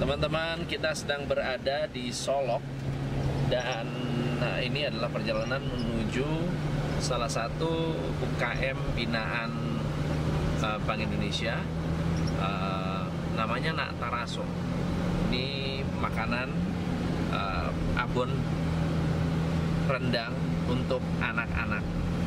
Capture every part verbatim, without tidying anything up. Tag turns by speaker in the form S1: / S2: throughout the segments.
S1: Teman-teman, kita sedang berada di Solok dan nah, ini adalah perjalanan menuju salah satu U K M binaan uh, Bank Indonesia, uh, namanya Nak Taraso. Ini makanan uh, abon rendang untuk anak-anak.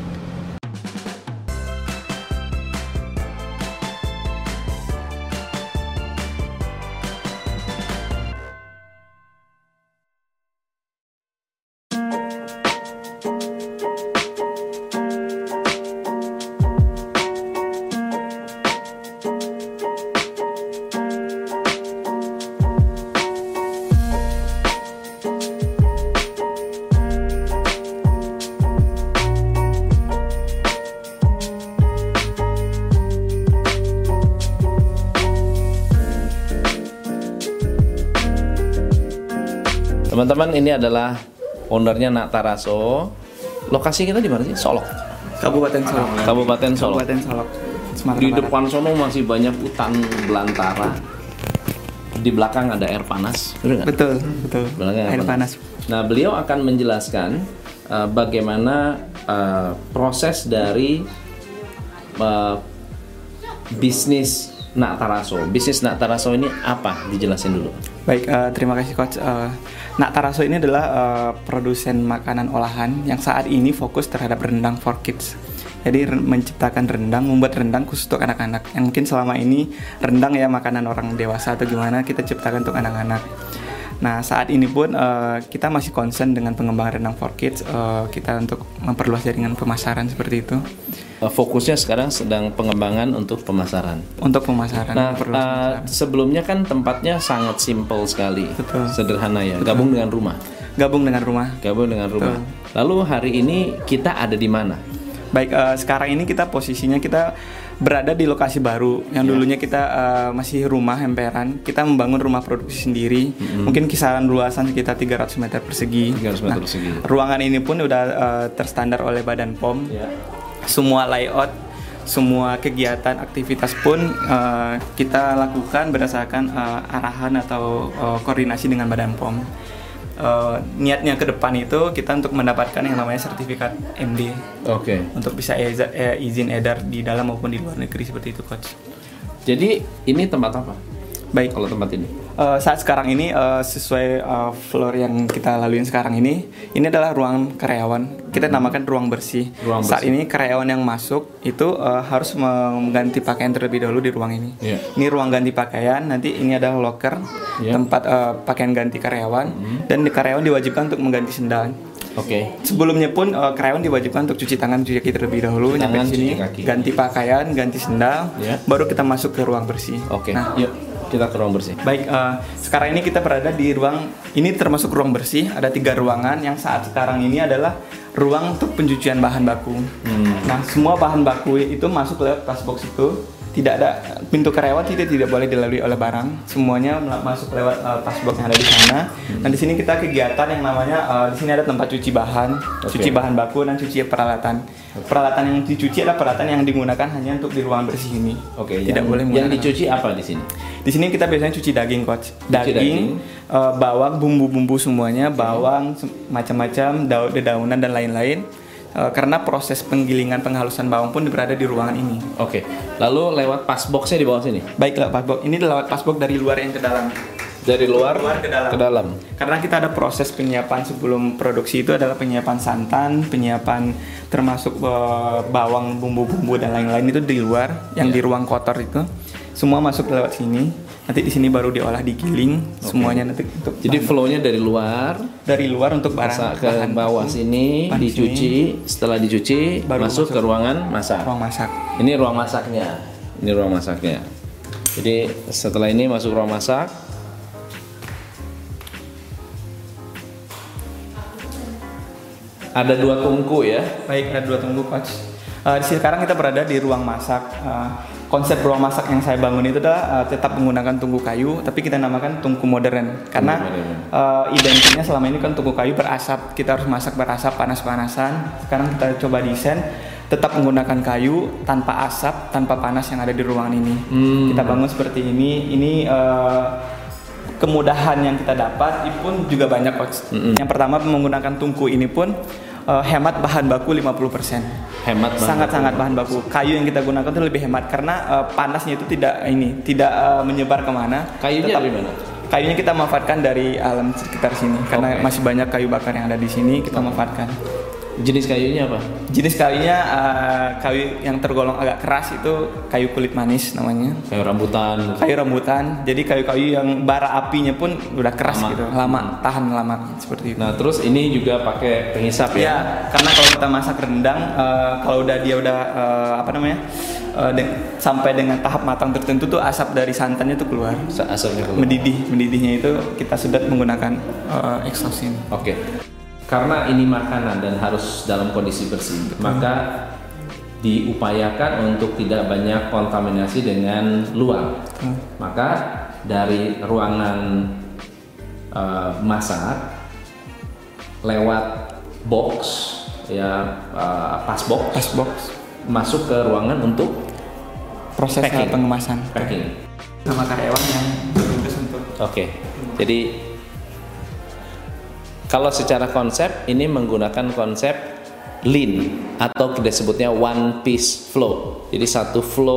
S1: Teman-teman, ini adalah ownernya Nak Taraso. Lokasi kita di mana sih? Solok.
S2: Kabupaten Solok.
S1: Kabupaten Solok.
S2: Kabupaten Solok. Sumatera
S1: Di
S2: Barat.
S1: depan sono masih banyak hutan belantara. Di belakang ada air panas. Betul nggak?
S2: Betul, betul.
S1: Belakang
S2: Air panas.
S1: Nah, beliau akan menjelaskan uh, bagaimana uh, proses dari uh, bisnis Nak Taraso. Bisnis Nak Taraso ini apa? Dijelasin dulu.
S2: Baik, uh, terima kasih Coach. Uh, Nak Taraso ini adalah uh, produsen makanan olahan yang saat ini fokus terhadap rendang for kids. Jadi re- menciptakan rendang, membuat rendang khusus untuk anak-anak. Yang mungkin selama ini rendang ya makanan orang dewasa atau gimana, kita ciptakan untuk anak-anak. Nah, saat ini pun uh, kita masih concern dengan pengembangan rendang for kids. Uh, kita untuk memperluas jaringan pemasaran seperti itu.
S1: Fokusnya sekarang sedang pengembangan untuk pemasaran.
S2: Untuk pemasaran.
S1: Nah,
S2: perlu
S1: uh,
S2: pemasaran.
S1: sebelumnya kan tempatnya sangat simple sekali,
S2: Betul.
S1: sederhana ya. Gabung dengan rumah.
S2: Gabung dengan rumah.
S1: Gabung dengan rumah.
S2: Betul.
S1: Lalu hari ini kita ada di mana?
S2: Baik, uh, sekarang ini kita posisinya kita berada di lokasi baru. Yang
S1: Ya.
S2: dulunya kita uh, masih rumah emperan. Kita membangun rumah produksi sendiri.
S1: Mm-hmm.
S2: Mungkin kisaran luasan sekitar tiga ratus meter persegi.
S1: tiga ratus meter persegi.
S2: Ruangan ini pun udah uh, terstandar oleh Badan P O M.
S1: Ya.
S2: Semua layout, semua kegiatan, aktivitas pun uh, kita lakukan berdasarkan uh, arahan atau uh, koordinasi dengan Badan P O M. Uh, niatnya ke depan itu kita untuk mendapatkan yang namanya sertifikat M D.
S1: Oke.
S2: Untuk bisa eza- eh, izin edar di dalam maupun di luar negeri seperti itu, Coach.
S1: Jadi ini tempat apa?
S2: Baik,
S1: Kalau tempat ini?
S2: uh, saat sekarang ini uh, sesuai uh, floor yang kita laluin sekarang ini, ini adalah ruang karyawan. Kita namakan ruang bersih.
S1: Ruang
S2: Saat
S1: bersih.
S2: ini karyawan yang masuk itu uh, harus mengganti pakaian terlebih dahulu di ruang ini.
S1: Iya.
S2: Ini ruang ganti pakaian. Nanti ini adalah locker,
S1: Iya.
S2: tempat uh, pakaian ganti karyawan. Dan di karyawan diwajibkan untuk mengganti sendal.
S1: Oke.
S2: Sebelumnya pun uh, karyawan diwajibkan untuk cuci tangan, cuci kaki terlebih dahulu,
S1: Cuci
S2: nyampe
S1: tangan,
S2: sini,
S1: cuci kaki.
S2: ganti pakaian, ganti sendal,
S1: Ya.
S2: baru kita masuk ke ruang bersih.
S1: Oke.
S2: Nah,
S1: Yuk kita ke ruang bersih.
S2: baik, uh, sekarang ini kita berada di ruang ini termasuk ruang bersih. Ada tiga ruangan yang saat sekarang ini adalah ruang untuk pencucian bahan baku.
S1: Hmm.
S2: Nah, semua bahan baku itu masuk lewat tas box itu. Tidak ada pintu karyawan, tidak tidak boleh dilalui oleh barang. Semuanya masuk lewat uh, tas box yang ada di sana.
S1: Hmm.
S2: Dan di sini kita kegiatan yang namanya uh, di sini ada tempat cuci bahan,
S1: Oke.
S2: cuci bahan baku dan cuci peralatan. Peralatan yang dicuci adalah peralatan yang digunakan hanya untuk di ruang bersih ini.
S1: Oke.
S2: Tidak
S1: yang,
S2: boleh
S1: Yang
S2: menggunakan-
S1: dicuci apa di sini?
S2: Di sini kita biasanya cuci daging, Coach. Daging,
S1: daging.
S2: eh, bawang, bumbu-bumbu semuanya, bawang, se- macam-macam, daun, dedaunan dan lain-lain. Eh, karena proses penggilingan penghalusan bawang pun berada di ruangan ini.
S1: Oke. Lalu lewat pas boxnya di bawah sini.
S2: Baiklah, pasbok. Ini lewat pasbok dari luar yang ke dalam.
S1: Dari luar,
S2: Luar ke dalam.
S1: ke dalam.
S2: Karena kita ada proses penyiapan sebelum produksi itu adalah penyiapan santan, penyiapan termasuk eh, bawang, bumbu-bumbu dan lain-lain itu di luar, yang
S1: Ya.
S2: di ruang kotor itu. Semua masuk lewat sini. Nanti di sini baru diolah, digiling, semuanya nanti untuk
S1: Jadi
S2: bahan-
S1: flow-nya dari luar
S2: dari luar untuk barang
S1: masa ke
S2: bahan
S1: bawah
S2: baku,
S1: sini,
S2: bahan
S1: dicuci,
S2: sini,
S1: setelah dicuci
S2: Baru
S1: masuk,
S2: masuk.
S1: ke ruangan masak.
S2: ruang masak.
S1: Ini ruang masaknya. Ini ruang masaknya. Jadi setelah ini masuk ruang masak. Ada dua tungku ya.
S2: Baik, ada dua tunggu, Coach. Uh, di sini sekarang kita berada di ruang masak. Uh, konsep ruang masak yang saya bangun itu adalah uh, tetap menggunakan tungku kayu, tapi kita namakan tungku modern karena
S1: modern.
S2: uh, identiknya selama ini kan tungku kayu berasap. Kita harus masak berasap, panas-panasan. Sekarang kita coba desain tetap menggunakan kayu tanpa asap, tanpa panas yang ada di ruangan ini.
S1: Hmm.
S2: Kita bangun seperti ini. Ini uh, kemudahan yang kita dapat itu pun juga banyak, Coach. Mm-hmm. Yang pertama menggunakan tungku ini pun uh, hemat bahan baku lima puluh persen.
S1: Hemat bahan
S2: sangat-sangat
S1: baku.
S2: bahan baku. Kayu yang kita gunakan itu lebih hemat karena uh, panasnya itu tidak ini tidak uh, menyebar kemana.
S1: Kayunya dari mana?
S2: Kayunya kita manfaatkan dari alam sekitar sini karena
S1: okay.
S2: masih banyak kayu bakar yang ada di sini, kita manfaatkan.
S1: Jenis kayunya apa?
S2: Jenis kayunya uh, kayu yang tergolong agak keras itu kayu kulit manis namanya.
S1: Kayu rambutan.
S2: Kayu rambutan. Jadi kayu-kayu yang bara apinya pun udah keras
S1: lama.
S2: gitu, lama, tahan lama seperti itu.
S1: Nah, terus ini juga pakai pengisap ya?
S2: Ya, karena kalau kita masak rendang, uh, kalau udah dia udah uh, apa namanya? Uh, de- sampai dengan tahap matang tertentu tuh asap dari santannya tuh keluar.
S1: Asapnya keluar.
S2: Mendidih, mendidihnya itu kita sedot menggunakan uh, exhaust ini.
S1: Oke. Okay. Karena ini makanan dan harus dalam kondisi bersih, hmm. maka diupayakan untuk tidak banyak kontaminasi dengan luar. Hmm. Maka dari ruangan uh, masak lewat box ya uh, pas box,
S2: pas box
S1: masuk ke ruangan untuk
S2: proses
S1: packing.
S2: pengemasan.
S1: Packing.
S2: Sama karyawan yang bertugas untuk.
S1: Oke. Okay. Jadi kalau secara konsep ini menggunakan konsep lean atau kita sebutnya one piece flow. Jadi satu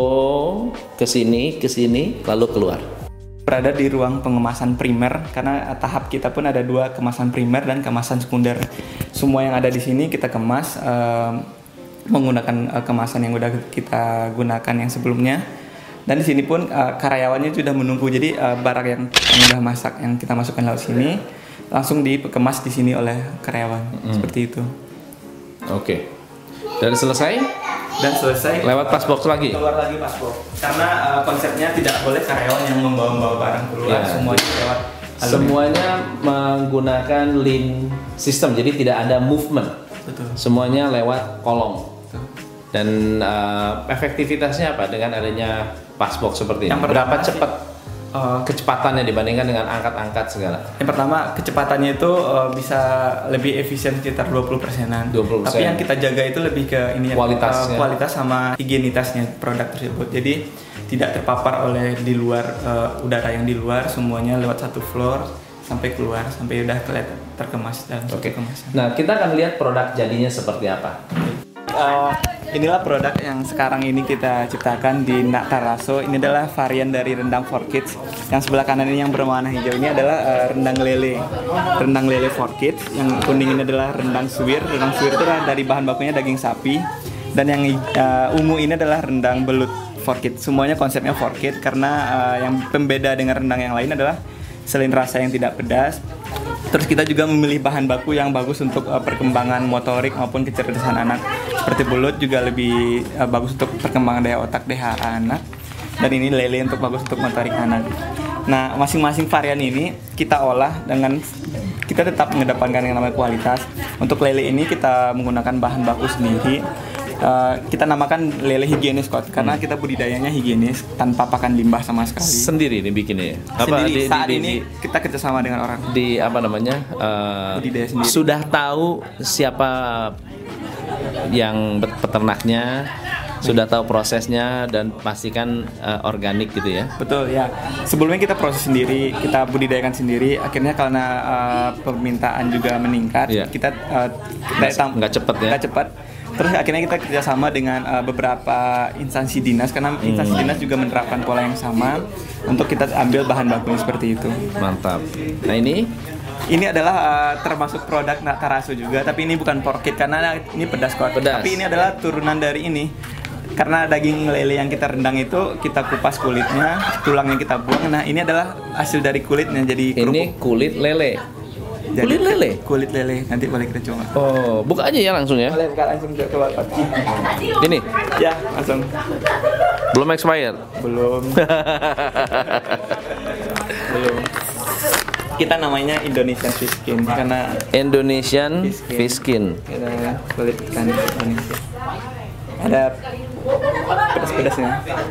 S1: flow ke sini, ke sini lalu keluar.
S2: Berada di ruang pengemasan primer karena tahap kita pun ada dua, kemasan primer dan kemasan sekunder. Semua yang ada di sini kita kemas uh, menggunakan uh, kemasan yang udah kita gunakan yang sebelumnya. Dan di sini pun uh, karyawannya sudah menunggu. Jadi uh, barang yang, yang udah masak yang kita masukkan laut sini langsung dikemas di sini oleh karyawan. Mm. Seperti itu.
S1: Oke. Okay. Dan selesai?
S2: Dan selesai
S1: lewat pas box lagi.
S2: Keluar lagi pas box. Karena uh, konsepnya tidak boleh karyawan yang membawa-bawa barang keluar, ya, semuanya lewat aluminium. Semuanya
S1: menggunakan lean system. Jadi tidak ada movement.
S2: Betul.
S1: Semuanya lewat kolong. Betul. Dan uh, efektivitasnya apa dengan adanya pas box seperti ini? Berapa cepat Uh, kecepatannya dibandingkan dengan angkat-angkat segala?
S2: Yang pertama kecepatannya itu uh, bisa lebih efisien sekitar dua puluh persenan.
S1: dua puluh persen.
S2: Tapi yang kita jaga itu lebih ke ini
S1: kualitas,
S2: uh, kualitas sama higienitasnya produk tersebut. Jadi tidak terpapar oleh di luar uh, udara yang di luar, semuanya lewat satu floor sampai keluar sampai udah kelihatan terkemas dalam satu
S1: okay.
S2: kemasan.
S1: Nah, kita akan lihat produk jadinya seperti apa.
S2: Uh, inilah produk yang sekarang ini kita ciptakan di Nak Taraso. Ini adalah varian dari rendang for kids. Yang sebelah kanan ini yang berwarna hijau ini adalah uh, rendang lele. Rendang lele for kids. Yang kuning ini adalah rendang suwir. Rendang suwir itu adalah dari bahan bakunya daging sapi. Dan yang uh, ungu ini adalah rendang belut for kids. Semuanya konsepnya for kids karena uh, yang pembeda dengan rendang yang lain adalah selain rasa yang tidak pedas, terus kita juga memilih bahan baku yang bagus untuk uh, perkembangan motorik maupun kecerdasan anak. Seperti belut juga lebih uh, bagus untuk perkembangan daya otak D H A anak. Dan ini lele untuk bagus untuk motorik anak. Nah, masing-masing varian ini kita olah dengan kita tetap mengedepankan yang namanya kualitas. Untuk lele ini kita menggunakan bahan baku sendiri. Uh, kita namakan lele higienis Coach karena kita budidayanya higienis tanpa pakan limbah sama sekali.
S1: Sendiri nih bikinnya.
S2: Apa sendiri.
S1: Di,
S2: Saat
S1: di,
S2: ini
S1: di,
S2: kita kerjasama dengan orang.
S1: Di apa namanya? Uh,
S2: budidaya sendiri.
S1: Sudah tahu siapa yang peternaknya, sudah tahu prosesnya dan pastikan uh, organik gitu ya.
S2: Betul ya. Sebelumnya kita proses sendiri, kita budidayakan sendiri. Akhirnya karena uh, permintaan juga meningkat, yeah. kita uh,
S1: nggak cepat ya.
S2: Nggak cepat. Terus akhirnya kita kerjasama dengan uh, beberapa instansi dinas karena instansi hmm. dinas juga menerapkan pola yang sama untuk kita ambil bahan bakunya seperti itu.
S1: Mantap. Nah ini
S2: ini adalah uh, termasuk produk Nak Taraso juga, tapi ini bukan porkit karena ini pedas kok. Tapi ini adalah turunan dari ini. Karena daging lele yang kita rendang itu kita kupas kulitnya, tulangnya kita buang. Nah ini adalah hasil dari kulitnya jadi kerupuk.
S1: Ini kulit lele. Jadi, kulit lele?
S2: Kulit lele, nanti boleh kita coba.
S1: Oh, buka aja ya langsung ya?
S2: Boleh buka langsung coba.
S1: Ini?
S2: Ya, langsung.
S1: Belum expired?
S2: Belum. Belum. Kita namanya Indonesian Fish Skin karena
S1: Indonesian Fish Skin.
S2: Kita kulit ikan Indonesia. Ada pedas-pedasnya.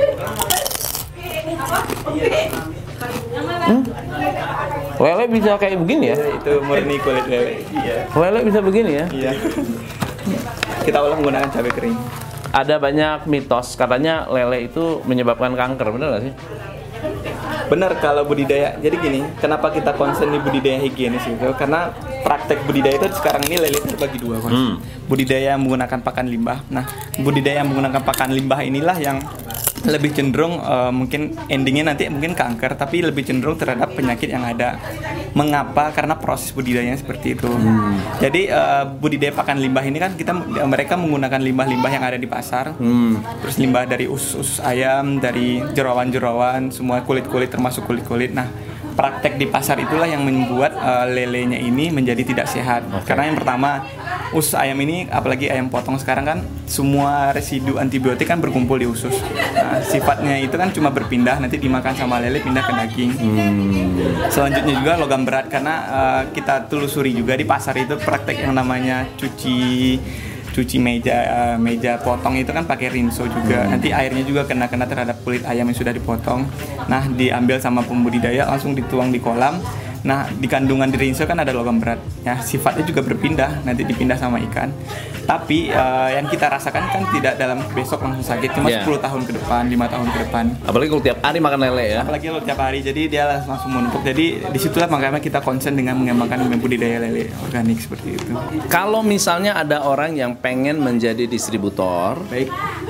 S1: Hmm? Lele bisa kayak begini ya?
S2: Itu murni kulit lele. Iya.
S1: Lele bisa begini ya?
S2: Iya. Kita olah menggunakan cabai kering.
S1: Ada banyak mitos katanya lele itu menyebabkan kanker, benar nggak sih?
S2: Benar kalau budidaya. Jadi gini, kenapa kita concern di budidaya higienis itu? Karena praktek budidaya itu sekarang ini lele terbagi dua, Coach. Hmm. Budidaya yang menggunakan pakan limbah. Nah, budidaya yang menggunakan pakan limbah inilah yang lebih cenderung uh, mungkin endingnya nanti mungkin kanker, tapi lebih cenderung terhadap penyakit yang ada. Mengapa? Karena proses budidayanya seperti itu. Hmm. Jadi uh, budidaya pakan limbah ini kan kita mereka menggunakan limbah-limbah yang ada di pasar, hmm. terus limbah dari usus-usus ayam, dari jerawan-jerawan, semua kulit-kulit termasuk kulit-kulit. Nah, praktek di pasar itulah yang membuat uh, lelenya ini menjadi tidak sehat. Okay. Karena yang pertama, usus ayam ini, apalagi ayam potong sekarang kan semua residu antibiotik kan berkumpul di usus. Nah, sifatnya itu kan cuma berpindah, nanti dimakan sama lele pindah ke daging. Hmm. Selanjutnya juga logam berat, karena uh, kita telusuri juga di pasar itu praktek yang namanya cuci cuci meja uh, meja potong itu kan pakai rinso juga. Nanti airnya juga kena-kena terhadap kulit ayam yang sudah dipotong. Nah, diambil sama pembudidaya langsung dituang di kolam. Nah, di kandungan di rinso kan ada logam berat. Ya, sifatnya juga berpindah, nanti dipindah sama ikan. Tapi uh, yang kita rasakan kan tidak dalam besok langsung sakit, cuma yeah. sepuluh tahun ke depan, lima tahun ke depan.
S1: Apalagi kalau tiap hari makan lele ya.
S2: Apalagi kalau tiap hari, jadi dia langsung menumpuk. Jadi disitulah makanya kita concern dengan mengembangkan budidaya lele organik seperti itu.
S1: Kalau misalnya ada orang yang pengen menjadi distributor, baik,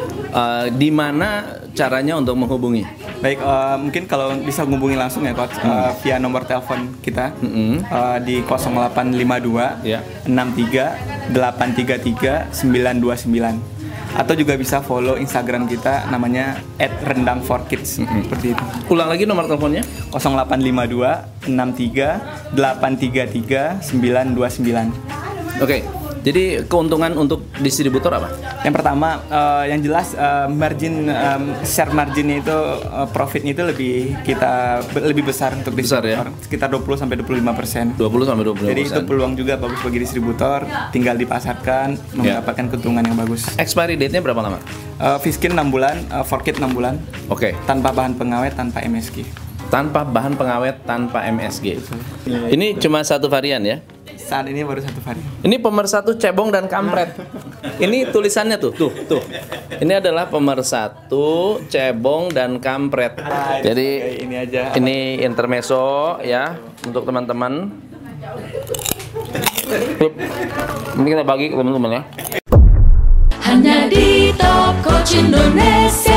S1: uh, di mana caranya untuk menghubungi?
S2: Baik, uh, mungkin kalau bisa menghubungi langsung ya, Coach, hmm. uh, via nomor telepon kita hmm. uh, di nol delapan lima dua yeah. enam tiga delapan tiga tiga sembilan dua sembilan, atau juga bisa follow Instagram kita namanya et rendang for kids hmm. seperti itu.
S1: Ulang lagi nomor teleponnya
S2: nol delapan lima dua enam tiga delapan tiga tiga sembilan dua sembilan.
S1: Oke. Okay. Jadi keuntungan untuk distributor apa?
S2: Yang pertama, uh, yang jelas uh, margin, um, share marginnya itu, uh, profitnya itu lebih kita lebih besar untuk distributor, ya? Sekitar dua puluh sampai dua puluh lima persen.
S1: dua puluh sampai dua puluh lima persen.
S2: Jadi itu peluang juga bagus bagi distributor, tinggal dipasarkan, mendapatkan yeah. keuntungan yang bagus.
S1: Expiry date-nya berapa lama?
S2: Uh, Fiskin enam bulan, uh, Forkit enam bulan.
S1: Oke. Okay.
S2: Tanpa bahan pengawet, tanpa M S G.
S1: Tanpa bahan pengawet, tanpa M S G. Ya, ini itu. Cuma satu varian ya?
S2: Saat ini baru satu varian.
S1: Ini pemersatu cebong dan kampret. Ini tulisannya tuh, tuh, tuh. Ini adalah pemersatu cebong dan kampret.
S2: Ah,
S1: Jadi
S2: ini aja.
S1: Ini intermezzo ya untuk teman-teman. Ini kita bagi ke teman-teman ya.
S3: Hanya di Top Coach Indonesia.